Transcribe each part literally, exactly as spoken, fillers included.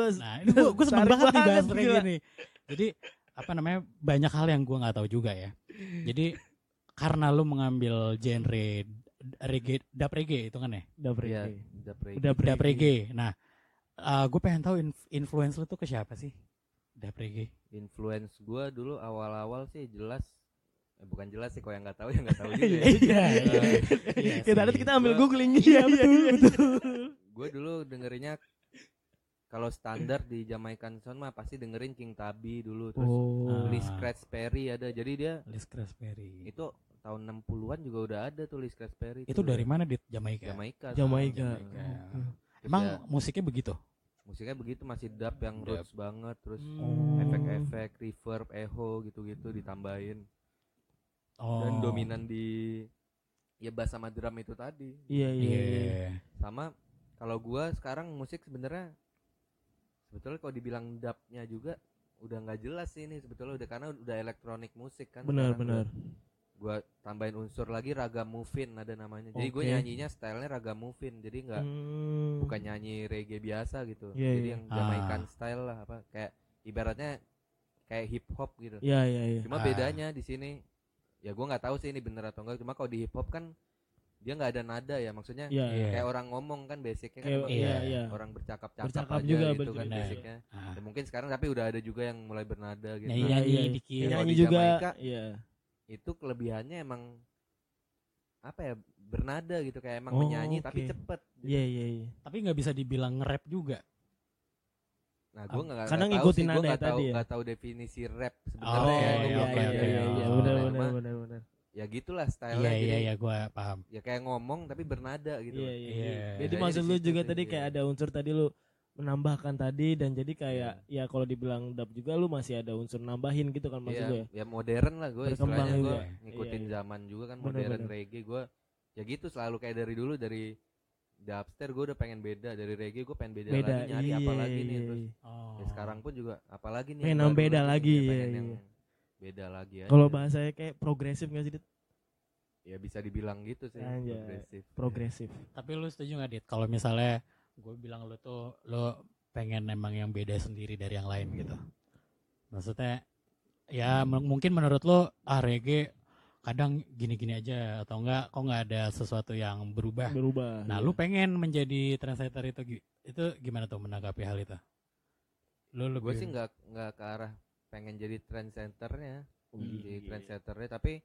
Nah ini gue gue seneng banget nih bahas reggae gila. nih. Jadi apa namanya banyak hal yang gue nggak tahu juga ya. Jadi karena lu mengambil genre reggae, dub reggae itu kan ya? Dub Iya, reggae. dub reggae. Dub Dub reggae. Nah, uh, gue pengen tahu inf- influence lu tuh ke siapa sih? Dub reggae. Influence gue dulu awal-awal sih jelas, eh, bukan jelas sih, kalau yang nggak tahu ya nggak tahu juga. ya. Iya, iya. Iya Kita ada sih. kita ambil Gua- googling. Iya betul betul. Gue dulu dengerinnya kalau standar di Jamaican Sound mah pasti dengerin King Tubby dulu, terus Oh. Lee Scratch Perry ada. Jadi dia Lee Scratch Perry. itu tahun enam puluhan juga udah ada tuh Lee Scratch Perry. Itu dari mana di Jamaica? Jamaica. Jamaika. Jamaica. Terus Emang ya, musiknya begitu? musiknya begitu, masih dub yang Dub. roots banget, terus Hmm. efek-efek, reverb, echo gitu-gitu ditambahin. Oh. Dan dominan di ya bass sama drum itu tadi. Iya iya. Iya. iya. Sama kalau gua sekarang musik sebenarnya sebetulnya kalau dibilang dubnya juga udah nggak jelas sih ini sebetulnya, udah karena udah elektronik musik kan. Benar sekarang benar. Gua, gua tambahin unsur lagi ragamuffin ada namanya. Jadi gue Oke. nyanyinya stylenya ragamuffin, jadi nggak Hmm. bukan nyanyi reggae biasa gitu. Iya, Jadi iya. yang Jamaican Ah. style lah, apa kayak ibaratnya kayak hip hop gitu. Iya iya iya. Cuma Ah. bedanya di sini ya gue nggak tahu sih ini bener atau enggak. Cuma kalau di hip hop kan dia nggak ada nada ya, maksudnya Iya. Iya. kayak orang ngomong kan basicnya kan Kayak emang iya, iya. orang bercakap-cakap Bercakap aja juga, gitu kan betul. basicnya. Ah. Ya, mungkin sekarang tapi udah ada juga yang mulai bernada gitu. Nyanyi- Iya, nyanyi iya. dikit. Kalau Nyanyi di juga. Jamaika, Iya. Itu kelebihannya emang apa ya, bernada gitu, kayak emang Oh, menyanyi tapi oke. cepet gitu. Iya iya iya. Tapi nggak bisa dibilang nge-rap juga. Nah gue nggak Karena nggak tahu ngikutin sih, gue nada nggak tahu tadi ya? nggak tahu definisi rap Oh, sebenarnya. Oh ya, oke, iya gitu. oke, iya oke. iya iya. Oh. Benar Cuma benar benar benar. ya gitulah style Iya jadi iya iya gue paham. ya kayak ngomong tapi bernada gitu. Iya iya. Iya. iya. Jadi Bedanya maksud di lu situ juga sih, tadi iya. kayak ada unsur tadi lu menambahkan tadi, dan jadi kayak ya kalau dibilang dub juga lu masih ada unsur nambahin gitu kan maksud Iya, lu ya. ya modern lah gue Berkembang istilahnya, juga. gue ngikutin Iya, iya. zaman juga kan, Bener, modern bener. reggae gue ya gitu selalu kayak dari dulu, dari dubstep gue udah pengen beda, dari reggae gue pengen beda, Beda. lagi, nyari Iya, apa lagi nih, iya, terus iya. Oh. ya sekarang pun juga apalagi nih Pengen yang yang baru beda gitu, lagi, ya iya, pengen yang iya. beda lagi aja. Kalau bahasanya kayak progresif nggak sih, Dit? Ya bisa dibilang gitu sih, Anjay. progresif. Progresif. Tapi lu setuju gak Dit kalau misalnya gue bilang lu tuh lu pengen emang yang beda sendiri dari yang lain gitu. Maksudnya ya m- mungkin menurut lu ah reggae kadang gini-gini aja atau enggak kok nggak ada sesuatu yang berubah. Berubah. Nah, iya. lu pengen menjadi trendsetter itu gi- itu gimana tuh menanggapi hal itu? Lu Gue lebih sih nggak nggak ke arah pengen jadi trendsetternya, Hmm. jadi trendsetternya, tapi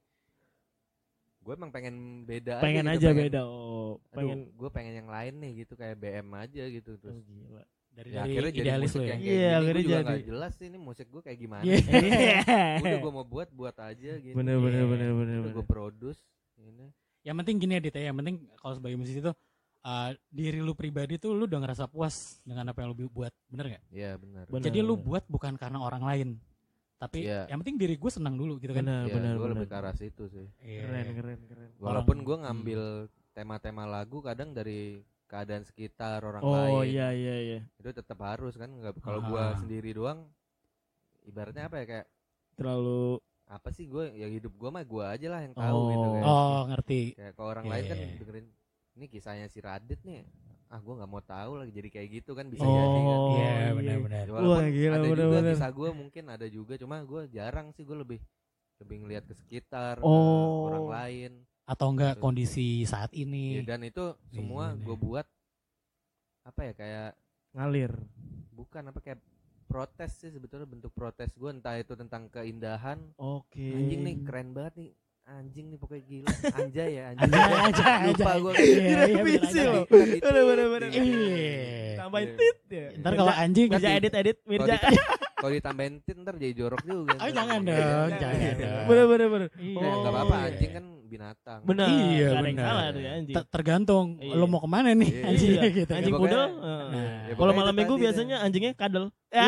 gue emang pengen beda pengen aja, aja gitu, beda. Oh, pengen. gue pengen yang lain nih gitu, kayak B M aja gitu, terus Oh, gila. dari, ya dari akhirnya jadi idealis musik lu ya. yang kayak Iya, gini. akhirnya Gue juga jadi. nggak jelas sih ini musik gue kayak gimana. Iya. Udah gue mau buat buat aja gitu. Bener bener Iya. bener bener. Udah gue bener. produce ini. Yang penting gini ya Dit ya, yang penting kalau sebagai musisi tuh uh, diri lu pribadi tuh lu udah ngerasa puas dengan apa yang lu bu- buat, bener gak? Iya benar. Bener. Jadi lu buat bukan karena orang lain, tapi Iya. yang penting diri gue senang dulu gitu kan. Benar Ya, benar gue benar. lebih ke arah situ sih. Iya. Keren keren keren. Walaupun Orang- gue ngambil tema-tema lagu kadang dari keadaan sekitar orang Oh lain, iya iya iya. itu tetap harus kan. Nggak, kalau Ah. gue sendiri doang, ibaratnya apa ya, kayak Terlalu. apa sih, gue ya hidup gue mah gue aja lah yang tahu Oh. gitu kan. Oh ngerti. Kayak kalau orang Iya, lain kan iya, iya. dengerin ini kisahnya si Radit nih, ah gue nggak mau tahu lagi, jadi kayak gitu kan, bisa Oh. jadi kan. Iya iya. benar-benar. Ya, walaupun Wah, gila, ada juga bener-bener. kisah gue, mungkin ada juga, cuma gue jarang sih, gue lebih lebih ngelihat ke sekitar, Oh. ke orang lain. Atau enggak Terus. kondisi saat Ya, ini. dan itu semua Iya, gue iya. buat apa ya, kayak Ngalir. bukan apa, kayak protes sih sebetulnya, bentuk protes gue, entah itu tentang keindahan. Oke. Anjing nih keren banget nih, anjing nih pokoknya gila, anjay ya anjing. Anjay, anjay, Lupa anjay. gue. Iya, iya, Revisi bener, loh. anjay. Bener, bener, bener. Iya. Tambahin Iya. tit ya. Ntar kalau anjing Mirja Nanti- edit edit Kalau Mirja. di- kalau ditambahin tit ntar jadi jorok juga. Oh ntar. jangan Iya, dong, iya. jangan dong. Bener bener bener. Iya. Nah, nggak Oh, apa-apa, iya. anjing kan binatang. Benar. Iya, Gak ada yang benar. salah tuh ya, anjing. Ter- tergantung Iya. lo mau kemana nih Iya. anjing Iya. gitu. Anjing Ya, pudel. pokoknya- eh. Nah, Ya, Kalau pokoknya malam itu minggu tadi biasanya anjingnya kadel. Ya.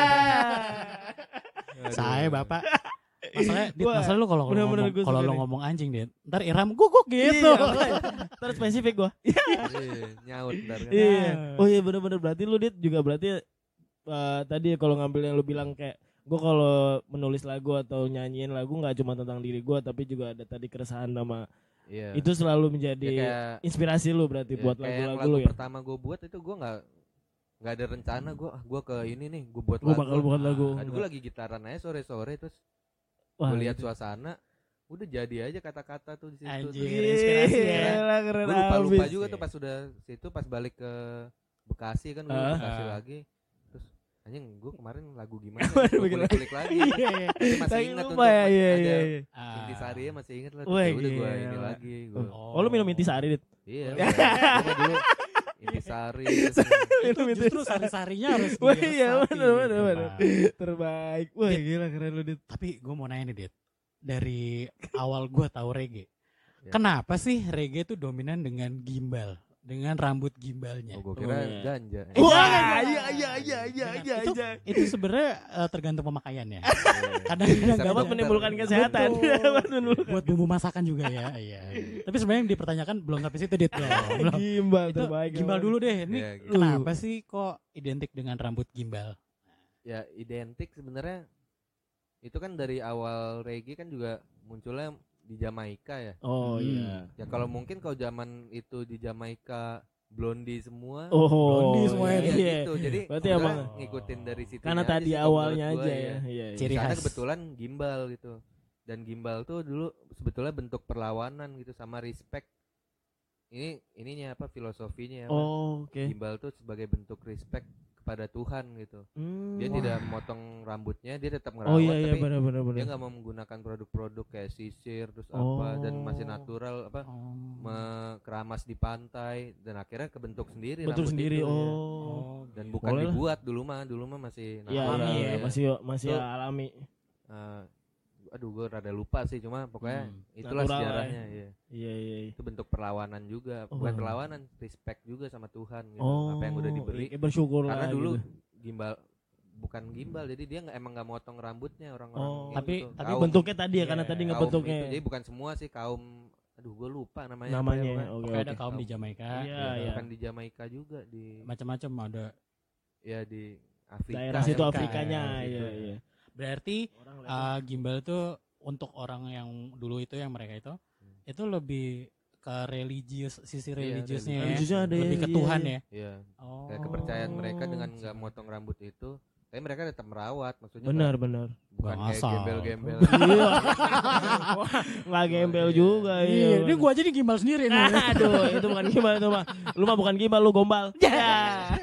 Aduh. Saya bapak. Masalahnya, Dit, Wah, masalah lu kalau bener-bener ngomong gua kalau suka lu nih. ngomong anjing, Dit. Ntar Iram guguk gitu. Iya, terus spesifik gua. Iya, nyaut ntar kan. Iya. Oh iya bener-bener, berarti lu Dit juga berarti uh, tadi kalau ngambil yang lu bilang kayak gue kalau menulis lagu atau nyanyiin lagu nggak cuma tentang diri gue, tapi juga ada tadi keresahan sama Iya. itu selalu Ya, menjadi kayak inspirasi lu berarti ya, buat kayak yang lagu-lagu lagu lu ya. pertama gue buat itu gue nggak nggak ada rencana gue ah gue ke ini nih gue buat Gue lagu. bakal buat lagu. Kan gue lagi gitaran aja sore-sore terus Wah, gue lihat gitu. suasana udah jadi aja kata-kata tuh di situ. Anjir, Terus inspirasi ya. Gila, keren gue lupa lupa abis. juga tuh pas sudah situ pas balik ke Bekasi kan gue Ah. Bekasi Ah. lagi terus anjing gue kemarin lagu gimana Baru gue bikin kulik-kulik lagi Iya, iya. Tapi masih Saking ingat lupa untuk ya, masih iya, ada iya, iya. Ah. Intisari ya masih ingat lah Wah, terus udah gue gila. ini lagi gue Oh, lu minum intisari, Dit? iya gue dulu Intisari terus Itu justru sari-sarinya harus Wah, iya, diresapi, bener, bener, gitu, bener. Pak. Terbaik. Wah, Dit. gila keren lu, Dit. Tapi gue mau nanya nih Dit, dari awal gue tahu reggae, Ya. kenapa sih reggae itu dominan dengan gimbal, dengan rambut gimbalnya? oh gue kira Oh, iya. ganja Wah, iya, iya, iya, iya, iya, itu iya. itu sebenarnya eh, tergantung pemakaiannya. Iya. Kadang-kadang Bisa dapat Dapat filter. menimbulkan kesehatan. Betul. Dapat menimbulkan. buat bumbu masakan juga ya, iya. Tapi sebenarnya yang dipertanyakan belum sampai situ Dit ya. Belum. Gimbal Itu terbaik. gimbal emang. dulu deh. Ini Iya, gitu. kenapa sih kok identik dengan rambut gimbal? Ya identik sebenarnya itu kan dari awal reggae kan juga munculnya di Jamaika ya. Oh Hmm. iya. Ya kalau mungkin kalau zaman itu di Jamaika Blondie semua. Oh, Blondie semuanya iya iya. gitu. Jadi Berarti gua emang ngikutin dari situ. karena tadi awalnya aja ya. Iya, iya. Ciri Karena khas. kebetulan gimbal gitu. Dan gimbal tuh dulu sebetulnya bentuk perlawanan gitu sama respect. Ini ininya apa filosofinya apa? Oh, oke. Gimbal tuh sebagai bentuk respect kepada Tuhan gitu. Hmm. Dia Wah. tidak memotong rambutnya, dia tetap ngerawat Oh iya iya tapi benar benar dia benar. nggak mau menggunakan produk-produk kayak sisir terus Oh. apa dan masih natural apa Oh. me- keramas di pantai dan akhirnya kebentuk sendiri Betul rambut sendiri. itu, ya. Oh. Dan bukan Boleh lah. dibuat dulu mah dulu mah masih Iya natural iya ya. masih masih Tuh. alami. Eh, aduh gue rada lupa sih cuma pokoknya Hmm. itulah Natural sejarahnya ya. Iya iya. iya. Itu bentuk perlawanan juga bukan Oh. perlawanan respect juga sama Tuhan gitu Oh. apa yang udah diberi iya, bersyukur karena lah dulu gitu. gimbal bukan gimbal jadi dia nggak emang nggak motong rambutnya orang-orang Oh. itu Tapi- tuh. tapi Kaum- bentuknya tadi ya karena Iya, tadi nggak kaum bentuknya. itu. Jadi bukan semua sih kaum aduh gue lupa namanya apa Namanya. ya, pokoknya. Oke Pokoknya ada oke. kaum di Jamaika, Iya, Ya, iya. bukan di Jamaika juga di macam-macam ada. ya di Afrika Daerah ya, situ bukan. Afrikanya Ya, iya gitu. iya. Berarti Orang uh, gimbal itu untuk orang yang dulu itu yang mereka itu Hmm. itu lebih ke religius, sisi Iya, religiusnya ya. religiusnya ada ya, lebih ke iya, Tuhan iya. ya. Iya, Oh. kayak kepercayaan mereka dengan nggak motong rambut itu tapi mereka tetap merawat maksudnya Benar nggak- benar. bukan Nggak kayak asal. gembel-gembel Iya. Nggak gembel iya. juga Iya, iya. ini gua aja nih gimbal sendiri nih. Aduh, itu bukan gimbal itu mah. Lu mah bukan gimbal, lu gombal. Ya.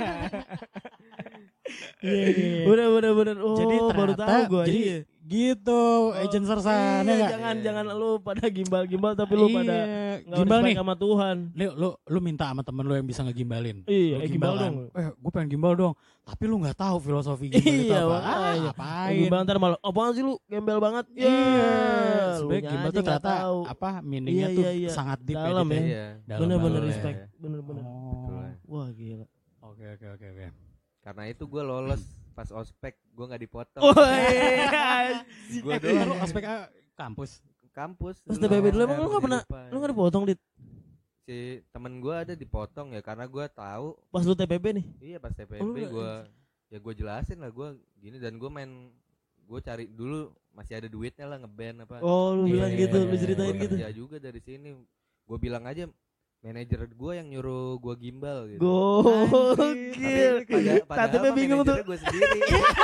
Iya, iya. Bener bener bener. Oh, Jadi baru ternyata- tahu gua. jadi iya. gitu, agent Sersan Iya, ya nggak? jangan Iya. jangan lu pada gimbal-gimbal tapi lu pada Iya, nggak gimbal nih. respect sama Tuhan. Lu, lu lu minta sama temen lu yang bisa ngegimbalin. Iya, Lu eh, gimbal kan. dong. Eh, gue pengen gimbal dong. Tapi lu nggak tahu filosofi gimbal itu Iya, apa. makanya. Ah, Eh, ngapain? gimbal ntar malah apaan sih lu gembel banget. Ya, Iya. lu Sebenarnya gimbal aja tuh nggak ternyata tahu. apa meaningnya Iya, tuh iya, iya. sangat deep Dalam ya. Dit, ya. iya Dalam Bener-bener banget. respect. ya. Bener-bener. Betul Oh. ya. Wah, gila. Oke oke oke oke. Karena itu gue lolos pas ospek gue nggak dipotong Oh, iya. gue Eh, doang lu aspek ah, kampus. kampus Pas dulu. T P B dulu emang Saya lu nggak pernah lupa lu ya. nggak dipotong dit Si temen gue ada dipotong ya karena gue tahu pas lu T P B nih. iya pas T P B Oh, lu- gue ya gue jelasin lah gue gini dan gue main gue cari dulu masih ada duitnya lah ngeband apa Oh, lu Iya, bilang iya, gitu, iya, lu iya. ceritain Gua gitu. kerja juga dari sini gue bilang aja manajer gue yang nyuruh gue gimbal gitu Gokil. Pada- padahal Tatipnya mah bingung tuh. manajernya gue sendiri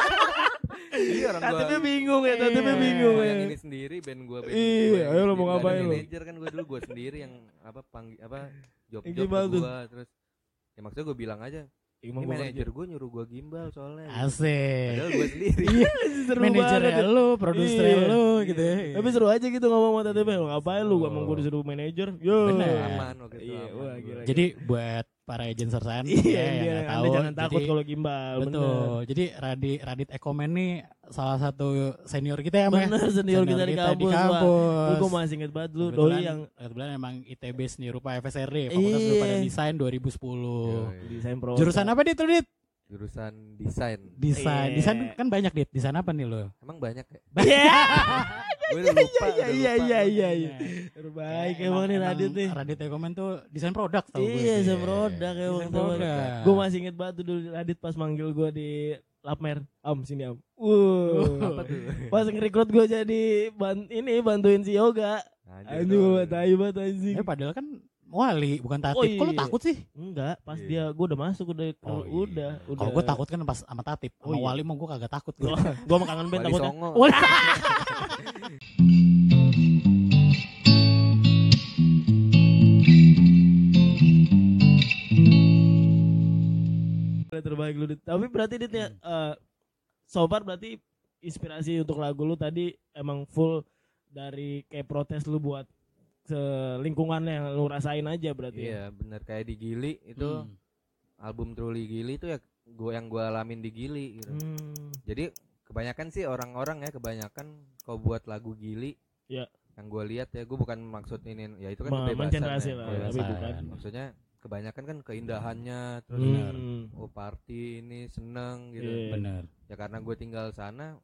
iya orang gue Tatipnya bingung ya, tatipnya Iya. bingung yang ya. ini sendiri band gue band Iya, gua yang ayo lu sendiri. mau Nggak ada ngapain lu? manajer kan gue dulu gue sendiri yang apa panggil apa job Yang job gimbal ke tuh. gue terus ya maksudnya gue bilang aja Emang ini gua manajer gue nyuruh gue gimbal soalnya gitu. Asik. padahal gue sendiri Iya, seru manajernya banget. lu, produser Iya. lu gitu ya. Tapi seru aja gitu ngomong sama T T P. Lu ngapain lu? Gua emang gua disuruh manajer. Yo. Bener. aman waktu itu Iya, aman wah, gua. gila. Jadi buat para agent Sersan Iya, ya, yang iya, nggak tahu. Anda jangan takut jadi- kalau gimbal. Betul. Jadi Radit Radit Ekomen nih salah satu senior kita ya, Mbak. Bener, senior kita di kampus. Wah. Lu gua masih inget banget lu Kebetulan- doi yang kebetulan emang I T B Seni Rupa F S R D, Fakultas Iya. Rupa dan Desain dua ribu sepuluh. Yoi. desain pro. Jurusan apa Dit? Lu, Dit? jurusan desain Desain. Iya. Desain kan banyak Dit. Desain apa nih lo? emang banyak ya Iya. gue udah lupa Iya, udah iya, lupa iya, gua. iya, iya. Terbaik emang nih Radit nih. Radit Ekomen tuh desain produk tau gue. Iya, Dit. desain produk emang. Desain produk. Gue masih inget banget tuh dulu Radit pas manggil gue di Lapmer. Am sini am. Uh. apa tuh Pas nge-recruit gue jadi ban ini bantuin si Yoga. Anjir, Anjing dong. gue tai banget anjing. Eh padahal kan Wali bukan Tatip. Oh, iya. Kok lu takut sih? Enggak, pas Iya. dia gue udah masuk udah Oh, iya. udah udah. Kalau gue takut kan pas sama Tatip. Sama Oh, iya. Wali mau gue kagak takut gue. Gue mau kangen band Wali takutnya. Songo. Wali. Terbaik lu Dit. Tapi berarti Dit ya eh, so far berarti inspirasi untuk lagu lu tadi emang full dari kayak protes lu buat selingkungan yang lu rasain aja berarti. Ya? Iya bener, kayak di Gili itu Hmm. album Truly Gili itu ya gue yang gue alamin di Gili gitu. Hmm. Jadi kebanyakan sih orang-orang ya kebanyakan kalau buat lagu Gili Ya. yang gue lihat ya, gue bukan maksud ini ya itu kan Ma- kebebasan mengenerasi ya, lah, kebebasan. tapi bukan. Maksudnya kebanyakan kan keindahannya terus Hmm. oh party ini seneng gitu. Iya. Bener. Ya karena gue tinggal sana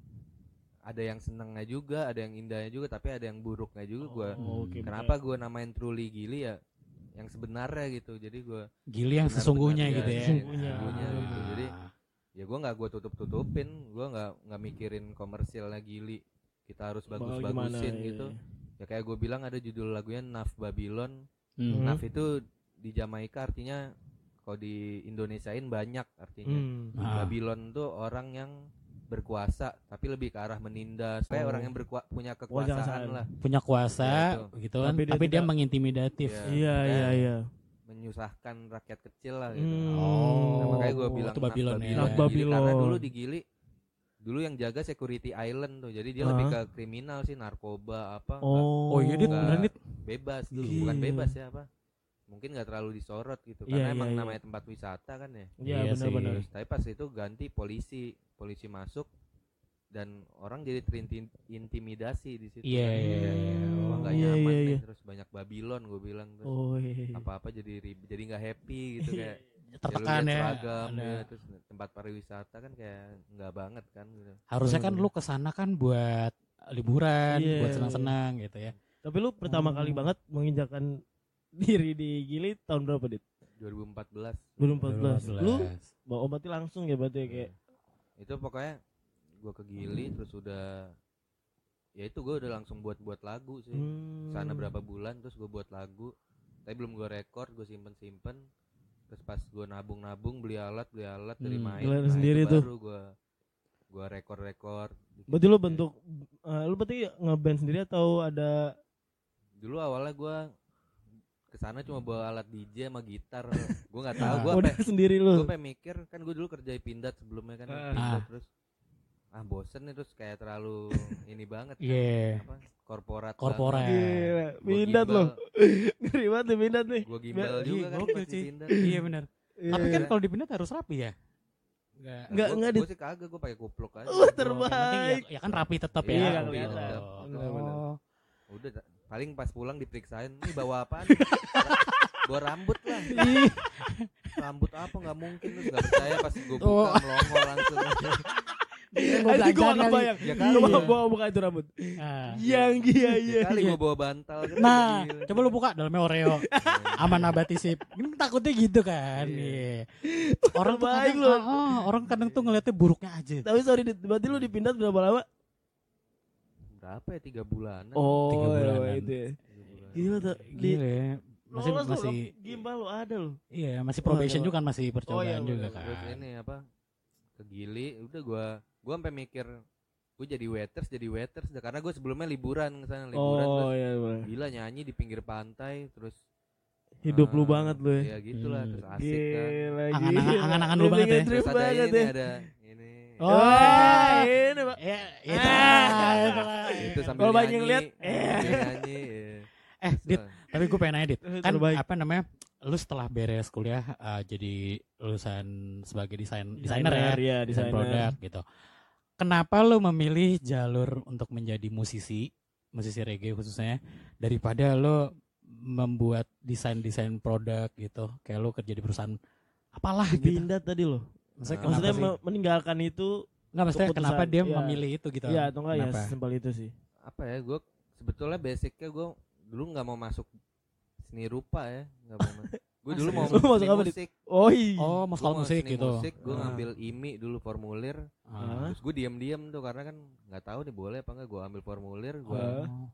ada yang senengnya juga, ada yang indahnya juga, tapi ada yang buruknya juga. Gue Oh, oke, kenapa gue namain Truly Gili ya yang sebenarnya gitu. Jadi gue Gili yang benar-benar sesungguhnya ya, gitu ya. Sesungguhnya. sesungguhnya gitu. Ah. Jadi ya gue nggak gue tutup tutupin, gue nggak nggak mikirin komersilnya Gili, kita harus bagus bagusin Gimana, gitu. iya. Ya kayak gue bilang ada judul lagunya Naf Babylon. Hmm. Naf itu di Jamaika artinya kalau di Indonesiain banyak artinya. Hmm. Ah. Babylon tuh orang yang berkuasa tapi lebih ke arah menindas, kayak Oh. orang yang berkua- punya Kekuasaan. kekuasaan lah, Punya kuasa Ya, gitu kan. Tapi Tapi dia dia, tidak- mengintimidatif. Iya. Iya Kayak iya iya. menyusahkan rakyat kecil lah gitu. Hmm. Oh. Nah, makanya gue bilang itu Babylon Naf ya. Naf Gili, karena Babylon. dulu di Gili dulu yang jaga security island tuh, jadi dia Ah. lebih ke kriminal sih, narkoba apa nggak Oh. Oh iya Dit, Enggak. beneran Dit. bebas dulu, Iya. bukan bebas ya apa mungkin nggak terlalu disorot gitu Iya, karena iya, emang iya. namanya tempat wisata kan ya. Iya Iya sih. benar-benar. Terus tapi pas itu ganti polisi polisi masuk dan orang jadi terintimidasi di situ. Iya, kan. iya, Kayak, iya. wah nggak Iya, nyaman iya, nih, iya. terus banyak Babylon gue bilang, terus Oh iya. apa-apa jadi rib- jadi nggak happy gitu kayak Tertekan lu liat ya. seragam Ada. ya, terus tempat pariwisata kan kayak nggak banget kan gitu. Harusnya kan Bener-bener. lu kesana kan buat liburan, Iya. buat senang-senang gitu ya. Tapi lu pertama Oh. kali banget menginjakan diri di Gili tahun berapa Dit? dua ribu empat belas dua ribu empat belas. dua ribu Lu empat belas. bawa berarti langsung ya berarti kayak itu pokoknya gue ke Gili terus udah ya itu gue udah langsung buat-buat lagu sih. hmm. Sana berapa bulan terus gue buat lagu tapi belum gue rekord, gue simpen-simpen, terus pas gue nabung-nabung beli alat beli alat dari Hmm, main gelar nah, sendiri itu tuh. baru gue gue rekor-rekor. Berarti lu bentuk eh, lu berarti ngeband sendiri atau ada Dulu awalnya gue kesana cuma bawa alat D J sama gitar, gue nggak tahu gue udah sendiri lu? gue pengen mikir kan gue dulu kerja di Pindad sebelumnya kan Ah. Pindad, terus ah bosen nih terus kayak terlalu ini banget kan, Iya. apa korporat Korporat. Gila, Pindad lo. Ngeri banget nih Pindad nih. gue gimbal Iya, juga kan gokil pas di sih. Pindad. Iya benar. Tapi kan Iya. kalau dipindah harus rapi ya. Enggak. Enggak, Gua- enggak, gua Dit. sih kagak, gue pakai kupluk aja. Wah, Ya, terbaik. ya kan rapi tetap ya. Iya, nggak rapi kelihatan. tetap. Bener-bener. Oh. Udah ta- paling pas pulang diperiksain, ini bawa apaan? Bawa rambut lah. Ih, Rambut apa nggak mungkin, terus nggak percaya pas gue buka Oh. melongo langsung. Dia mau anjing gua belajar nggak kali. kebayang. Ya Lu kali. bawa bawa buka itu rambut. Nah. Yang iya iya. Kali iya. gue bawa bantal kan. Nah, gila. coba lu buka dalamnya Oreo. Aman abati sip. Ini takutnya gitu kan. Iya. Iya. Orang tuh Terbaik kadang, lu. oh, oh, orang kadang tuh ngeliatnya buruknya aja. Tapi sorry Dit, berarti lu di Pindad berapa lama? Berapa ya, tiga bulanan? Oh, Tiga iya, bulanan. itu ya. Tiga bulanan. Gila tuh. Di Gila ya. Masih lolos lu, masih gimbal lu ada lu. iya, masih probation Oh, juga kan masih percobaan iya, juga bener. kan. Terus ini apa? Ke Gili, udah gue gue sampai mikir gue jadi waiters jadi waiters dah. Karena gue sebelumnya liburan ke sana liburan Oh terus iya, iya. gila nyanyi di pinggir pantai terus Hidup lu ah, banget lu ya. ya gitulah Hmm. terus asik kan. Gila, Angan-angan- gila. angan-angan lu banget ya. Living a Terus dream ada banget ini ya. ada ini Oh. Wah, ini Pak. Ya, itu Ah. lah, itu lah. itu sambil Kalau banyak nyanyi, yang lihat, sambil nyanyi ya. Eh, Dit, tapi gue pengen nanya Dit. Kan Terbaik. apa namanya? Lu setelah beres kuliah uh, jadi lulusan sebagai desain desainer ya, ya, desain desainer. produk gitu. Kenapa lu memilih jalur untuk menjadi musisi, musisi reggae khususnya daripada lu membuat desain-desain produk gitu? Kayak lu kerja di perusahaan apalah Di gitu. Pindad tadi loh. Maksudnya, Nah, kenapa Maksudnya sih? me- meninggalkan itu Nggak, maksudnya keputusan, kenapa dia iya. memilih itu gitu? Iya atau enggak ya Kenapa? sesimpel itu sih. Apa ya, gue sebetulnya basicnya gue dulu nggak mau masuk seni rupa ya, nggak mau ma- gue dulu mau Lu masuk seni apa, Dit? musik. Oh iya. Oh, mau Gua sekolah mau musik seni gitu. musik, gue Ah. ngambil I M I dulu formulir, Ah. terus gue diam-diam tuh karena kan nggak tahu nih boleh apa nggak, gue ambil formulir, gue Ah. Oh.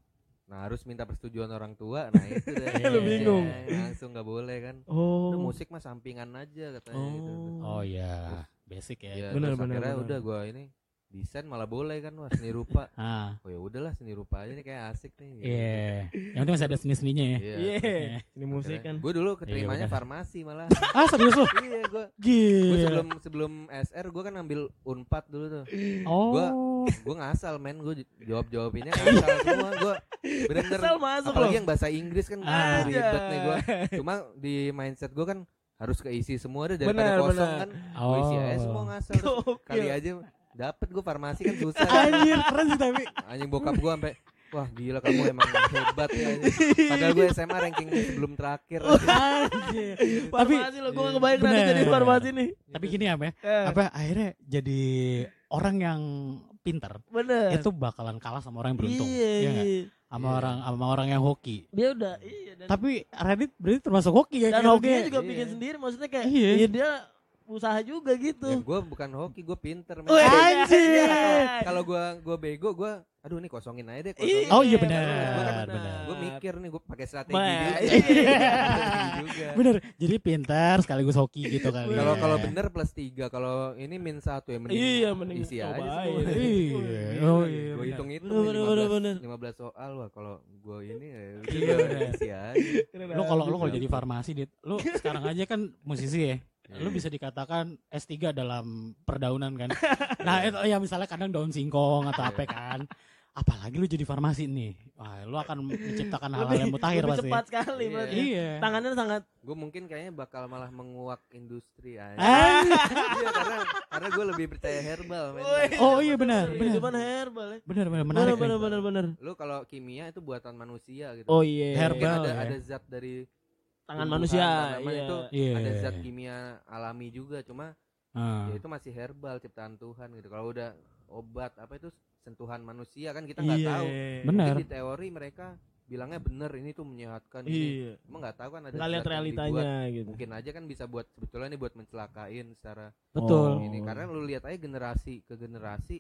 Nah harus minta persetujuan orang tua. Nah itu deh. Lu bingung. Ya, langsung nggak boleh kan. Oh. Itu musik mah sampingan aja katanya Oh. gitu. Oh iya, basic ya. Ya, Bener, terus bener, akhirnya bener. udah gue ini desain malah boleh kan, wah seni rupa. Ah, Oh ya udahlah seni rupa aja nih kayak asik nih. iya. Yang penting masih ada seni-seninya ya. Iya. Iya. Ini musik kan. Gue dulu keterimanya Iya, bener. farmasi malah. Ah, serius lu? Iya gue. Gue Gila. sebelum sebelum S R gue kan ambil Unpad dulu tuh. Oh. Gua gue ngasal men, gue jawab jawabinnya ngasal semua gue. Bener-bener. Asal masuk Apalagi loh. yang bahasa Inggris kan Ah. ribet nih gue. Cuma di mindset gue kan harus keisi semua deh daripada Bener, kosong bener. kan. Gue isi aja Oh. semua ngasal. Terus Gokil. kali aja dapet gue farmasi kan susah. Anjir, keren sih tapi. Anjing bokap gue sampai wah gila kamu emang hebat ya anjing. Padahal gue S M A ranking sebelum terakhir anjing. Anjir. Tapi Farmasi lo, gue gak kebayang nanti bener. jadi farmasi nih. tapi gini apa ya? Eh, Apa akhirnya jadi orang yang pinter bener. itu bakalan kalah sama orang yang beruntung. Iya, Iya nggak? iya. Sama Iya. orang sama orang yang hoki. Dia udah, iya. Dan, Tapi Radit berarti termasuk hoki ya? dan kira-kira hokinya dia. juga Iya. bikin sendiri, maksudnya kayak, Iya. iya dia usaha juga gitu. Ya, gue bukan hoki, gue pinter men. Wih, Anjir. iya. Kalau gue gue bego gue aduh nih kosongin aja deh Iya. kosongin. Oh iya Gua benar, kan- benar. Gue mikir nih gue pakai strategi Bah, juga. iya. Strategi juga. Bener. Jadi pintar sekaligus hoki gitu kali. Kalau ya. kalau bener plus tiga, kalau ini min satu ya mending. Iya, mending isi aja cobain. semua. Iya. Oh iya. Gue benar. hitung hitung Bener, bener, bener, bener. lima belas soal wah kalau gue ini ya udah Iya, gua bener. isi aja. Lu kalau lu kalau jadi farmasi, Dit, lu sekarang aja kan musisi ya. Lu Iya. bisa dikatakan S tiga dalam perdaunan kan. Nah, itu ya misalnya kadang daun singkong atau apa kan. Apalagi lu jadi farmasi nih. Wah, lu akan menciptakan hal-hal yang mutakhir lebih pasti. cepat sekali Iya. berarti. Iya. Tangannya sangat Gue mungkin kayaknya bakal malah menguak industri aja. Ah. Iya karena karena gue lebih percaya herbal men. Oh iya benar, Iya, benar. cuman herbal ya. Benar benar Bener menarik. bener nih. bener bener. Lu kalau kimia itu buatan manusia gitu. Oh iya. Mungkin Herbal ada ya. ada zat dari Tangan tumbuhan, manusia. tanaman Iya. itu Iya. ada zat kimia alami juga cuma Ah. ya itu masih herbal ciptaan Tuhan gitu. Kalau udah obat apa itu sentuhan manusia kan kita nggak Iya. tahu. Benar. Mungkin di teori mereka bilangnya bener ini tuh menyehatkan ini. Iya. Emang nggak tahu kan ada Nggak lihat zat yang realitanya dibuat. gitu. Mungkin aja kan bisa buat sebetulnya ini buat mencelakain secara Betul. Oh. ini karena lu lihat aja generasi ke generasi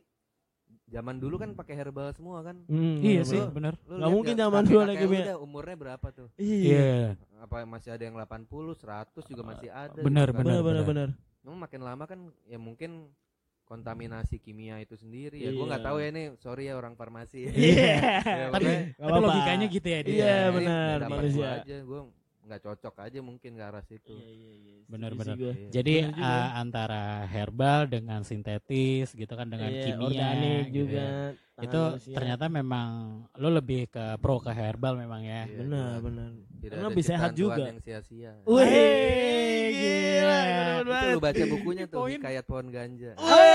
zaman dulu kan pakai herbal semua kan. Hmm, Iya bener, sih, bener. benar. Lu Nggak lihat mungkin nggak, zaman kakek- dulu kakek lagi lu punya- udah umurnya berapa tuh? Iya. Iya. Apa masih ada yang delapan puluh, seratus juga masih ada. Benar, gitu kan. Bener bener benar. bener. Memang makin lama kan ya mungkin kontaminasi kimia itu sendiri ya. Gua Iya. nggak tahu ya ini, sorry ya orang farmasi. Iya. Ya, Tapi, pokoknya Nggak tapi apa-apa. logikanya gitu ya dia. Iya, ini benar, pendapat manusia. gua aja gue nggak cocok aja mungkin ke arah situ. Iya, iya, iya. Bener, Setuju bener. sih gua. Iya. Jadi Bener juga. uh, antara herbal dengan sintetis gitu kan dengan Iya, kimia organik gitu juga. ya. tangan Itu manusia. ternyata memang lo lebih ke pro ke herbal memang ya. Iya, benar jelas. benar. Tidak Karena ada lebih sehat ciptaan Tuhan juga. yang sia-sia. Wih, gila, keren Itu banget. lu baca bukunya tuh Poin. Hikayat Pohon Ganja.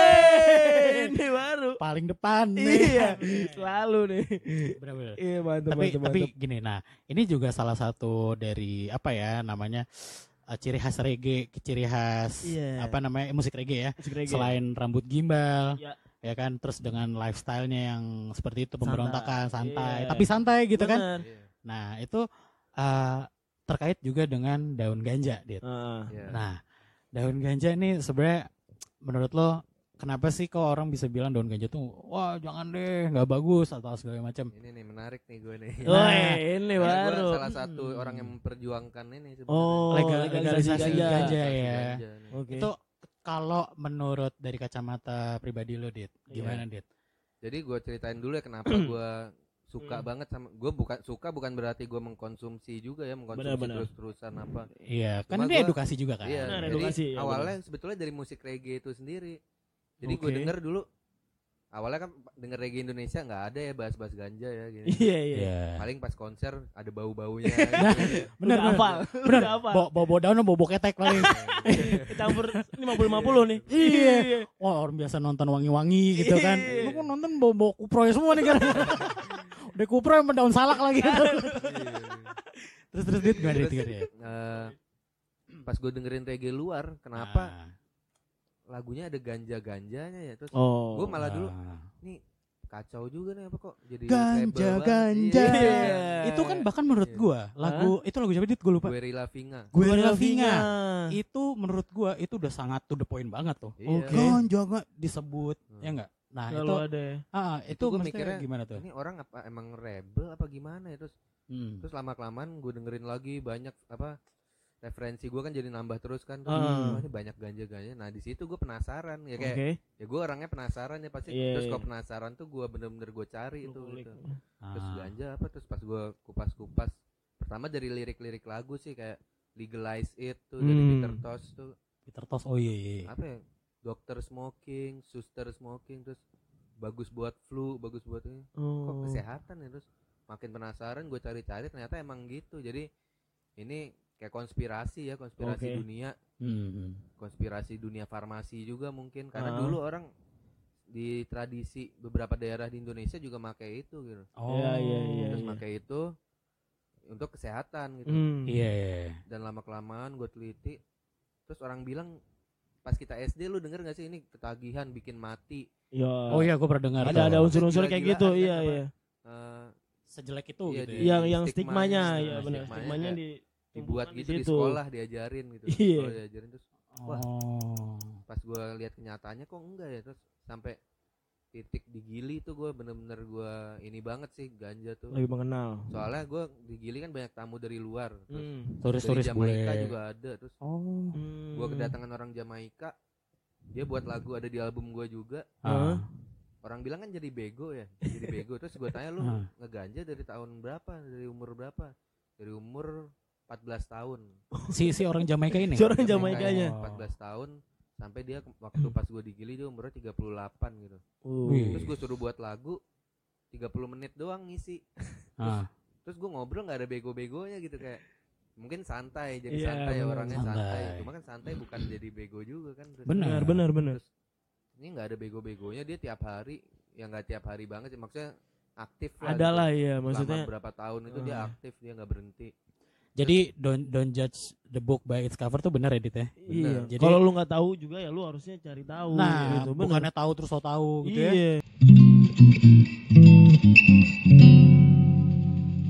Wih, ini baru. Paling depan nih. Iya, selalu nih. Bener-bener. Iya, mantap Tapi mantap. tapi mantap. gini, nah ini juga salah satu dari apa ya namanya uh, ciri khas reggae, ciri khas Iya. apa namanya musik reggae ya. Musik reggae. Selain rambut gimbal, Ya. ya kan, terus dengan lifestyle-nya yang seperti itu pemberontakan, santai, Iya. tapi santai gitu kan. Bener. Iya. Nah itu uh, terkait juga dengan daun ganja, Dit. Ah. Iya. Nah daun ganja ini sebenarnya menurut lo kenapa sih kok orang bisa bilang daun ganja tuh wah jangan deh nggak bagus atau segala macam? Ini nih menarik nih gue nih. Woi, Nah, ini Karena gua baru. salah satu Hmm. orang yang memperjuangkan ini sebenarnya. Oh, Legal- legalisasi legalisasi ganja. ganja. ya. Ganja nih. Oke. Itu kalau menurut dari kacamata pribadi lo, Dit, gimana, Dit? Jadi gue ceritain dulu ya kenapa gue suka Hmm. banget sama gue bukan suka bukan berarti gue mengkonsumsi juga ya mengkonsumsi Benar-benar. terus-terusan apa. Iya, kan Cuma ini gua- edukasi juga kan. Iya, Benar, jadi edukasi, ya, awalnya sebetulnya dari musik reggae itu sendiri. Jadi gue Oke. denger dulu awalnya kan denger reggae Indonesia nggak ada ya bahas-bahas ganja ya gini. Iya, iya. Iya. Paling pas konser ada bau-baunya. Nah, gitu. bener, Udah bener. hafal. Bener. Udah hafal. Bawa bawa daun bawa bawa ketek paling. Campur lima puluh lima puluh nih. Iya. Wah, orang biasa nonton wangi-wangi gitu kan. Iya. Lu kok nonton bawa bawa kuproy semua nih kan. Udah kuproy sama daun salak lagi. Iya. terus terus Dit gimana, Dit? Terus, Gimana, Dit? eh, pas gue dengerin reggae luar, kenapa Nah, lagunya ada ganja-ganjanya ya? Terus Oh. gue malah dulu nah. nih kacau juga nih apa kok jadi Ganja, rebel banget. ganja. Iya. Itu kan bahkan menurut Iya. gua lagu itu lagu siapa, Dit? Gua lupa. Guerrilla Vinga. Guerrilla Vinga. Itu menurut gua itu udah sangat to the point banget tuh. Iya. Oke. Ganja nggak disebut, Hmm. ya enggak? Nah Selalu itu ada ya. ah itu, Itu gua maksudnya mikirnya, gimana tuh? Ini orang apa emang rebel apa gimana ya, terus Hmm. terus lama kelamaan gue dengerin lagi banyak apa referensi gue kan jadi nambah terus kan, terus, Ah. wah, ini banyak ganja-ganja. Nah di situ gue penasaran ya Oke. kayak ya gue orangnya penasaran ya pasti. Iya, Terus iya. kalau penasaran tuh gue bener-bener gue cari Lu itu kulik. gitu. Terus Ah. ganja apa, terus pas gue kupas-kupas pertama dari lirik-lirik lagu sih kayak Legalize It tuh dari Hmm. Peter Tosh tuh Peter Tosh, oh iya iya. apa ya, dokter smoking, suster smoking, terus bagus buat flu, bagus buat ini, kok Oh. kesehatan ya. Terus makin penasaran gue cari-cari ternyata emang gitu. Jadi ini kayak konspirasi ya, konspirasi Oke. dunia, Hmm. konspirasi dunia farmasi juga mungkin karena Ah. dulu orang di tradisi beberapa daerah di Indonesia juga pakai itu gitu. Oh Iya, iya, iya. Terus pakai itu untuk kesehatan gitu. Hmm. Iya, iya. Dan lama kelamaan gue teliti, terus orang bilang pas kita S D lu denger gak sih ini ketagihan bikin mati. Ya. Oh iya, gue pernah dengar. Ada tuh. ada unsur-unsur kayak gitu. Gila-gilaan Iya kan, iya. Eh, Sejelek itu Iya, gitu di- ya. Yang yang stigmanya, stigmanya ya nah, benar. stigmanya Stigmanya kayak di dibuat tumpukan gitu di situ. sekolah diajarin gitu. Iya. Sekolah diajarin terus wah. Oh. pas gue lihat kenyataannya kok enggak ya, terus sampai titik di Gili tuh gue bener-bener gue ini banget sih ganja tuh. Lebih mengenal. Soalnya gue di Gili kan banyak tamu dari luar, terus Hmm. dari Turis-turis Jamaika bule. juga ada, terus Oh. Hmm. gue kedatangan orang Jamaika, dia buat lagu ada di album gue juga. Ah. Orang bilang kan jadi bego ya, jadi bego. Terus gue tanya lu Ah. ngeganja dari tahun berapa, dari umur berapa? Dari umur empat belas tahun. Si si orang Jamaika ini. Si orang Jamaikanya Jamaikanya. empat belas tahun sampai dia ke- waktu pas gue di Gili dia umurnya tiga puluh delapan gitu. Uh. Wih. Terus gue suruh buat lagu tiga puluh menit doang ngisi. Ah. Terus gue ngobrol nggak ada bego-begonya gitu, kayak mungkin santai, jadi Iya, santai ya bener. orangnya Santai. santai. Cuma kan santai bukan jadi bego juga kan. Terus, Benar. Benar benar benar. Terus ini nggak ada bego-begonya, dia tiap hari, ya nggak tiap hari banget sih, maksudnya aktif lah. Ada gitu. lah ya Selama maksudnya. berapa tahun itu dia Ah. aktif, dia nggak berhenti. Jadi don't don't judge the book by its cover tuh benar ya, Dit ya? Iya. Jadi- Kalau lu nggak tahu juga ya lu harusnya cari tahu. Nah, gitu. Benar. bukannya tahu terus so tahu gitu ya. Iya.